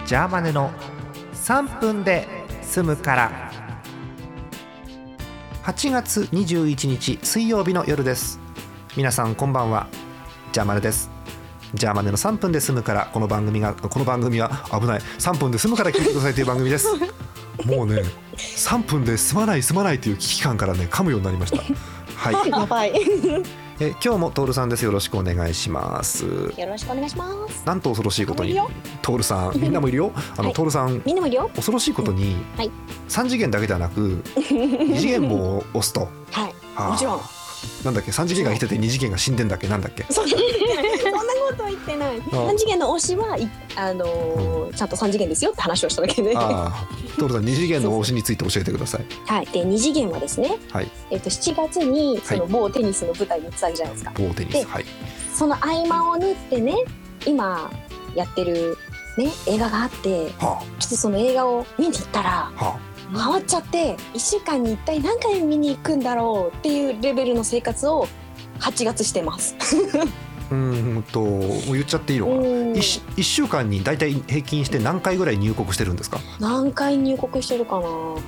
ジャーマネの3分で済むから。8月21日水曜日の夜です。皆さんこんばんは。ジャーマネです。ジャーマネの3分で済むから。この番組は危ない3分で済むから聞いてくださいという番組です。もうね3分で済まないという危機感からね噛むようになりました。はい、 やばい。 今日もトールさんです。よろしくお願いします。 よろしくお願いします。 なんと恐ろしいことにトールさん、みんなもいるよ。 はい、 トールさんみんなもいるよ。 恐ろしいことに、 はい、 3次元だけではなく2次元も押すとはい、もちろん。 なんだっけ、3次元が生きてて2次元が死んでんだっけ、なんだっけ。 そんなことは言ってない。3次元の推しはちゃんと3次元ですよって話をしただけで。 トールさん2次元の推しについて教えてください。 はい、で2次元はですね、 はい、 7月にその某テニスの舞台に行ってたじゃないですか。 某テニス、はい、 その合間を縫ってね、今やってる、ね、映画があって、ちょっとその映画を見に行ったら、変わっちゃって1週間に一体何回見に行くんだろうっていうレベルの生活を8月してます。 もう言っちゃっていいのかな。1週間にだいたい平均して何回ぐらい入国してるんですか。 何回入国してるかな。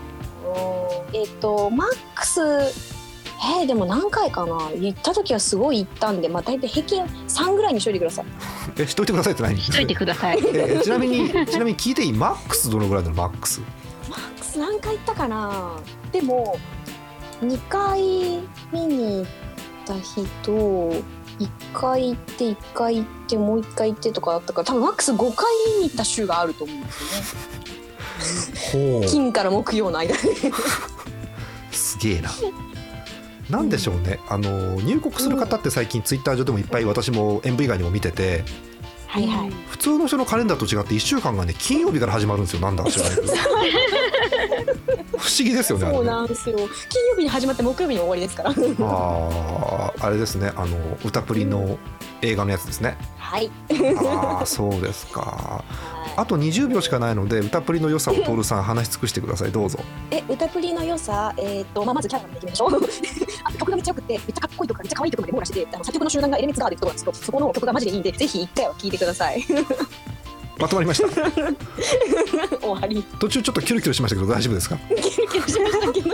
マックスでも何回かな。行った時はすごい行ったんで、だいたい平均3ぐらいにしといてください。 しといてくださいって何。 しといてください。 ちなみに聞いていい。マックスどのぐらいなの。マックス何回行ったかな。でも2回見に行った日と1回行って1回行ってもう1回行ってとかだったから、多分マックス5回見に行った週があると思うんですよね。金から木曜の間すげえな。なんでしょうね、入国する方って最近ツイッター上でもいっぱい私も MV 外にも見てて、 はいはい、 普通の人のカレンダーと違って1週間がね金曜日から始まるんですよ。なんだか知らないけど不思議ですよね。 そうなんですよ。金曜日に始まって木曜日に終わりですからあれですね、歌プリの映画のやつですね。 はい。 そうですか。あと20秒しかないので歌プリの良さをトールさん話し尽くしてください。どうぞ。 歌プリの良さ、まずキャラができるでしょ曲がめっちゃよくて、めっちゃかっこいいとかめっちゃ可愛い曲まで網羅してて、作曲の集団がエレメツガーデってところなんですけど、そこの曲がマジでいいんで、ぜひ1回は聴いてください。 まとまりました。 終わり。 途中ちょっとキュルキュルしましたけど大丈夫ですか。 キュルキュルしましたけど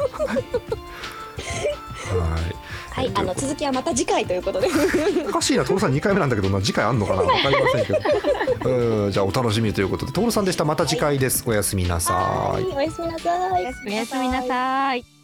はい、続きはまた次回ということで。 おかしいな、トールさん2回目なんだけどな、次回あんのかな、分かりませんけどじゃあお楽しみということで、トールさんでした。また次回です。おやすみなさい。 おやすみなさい。 おやすみなさい。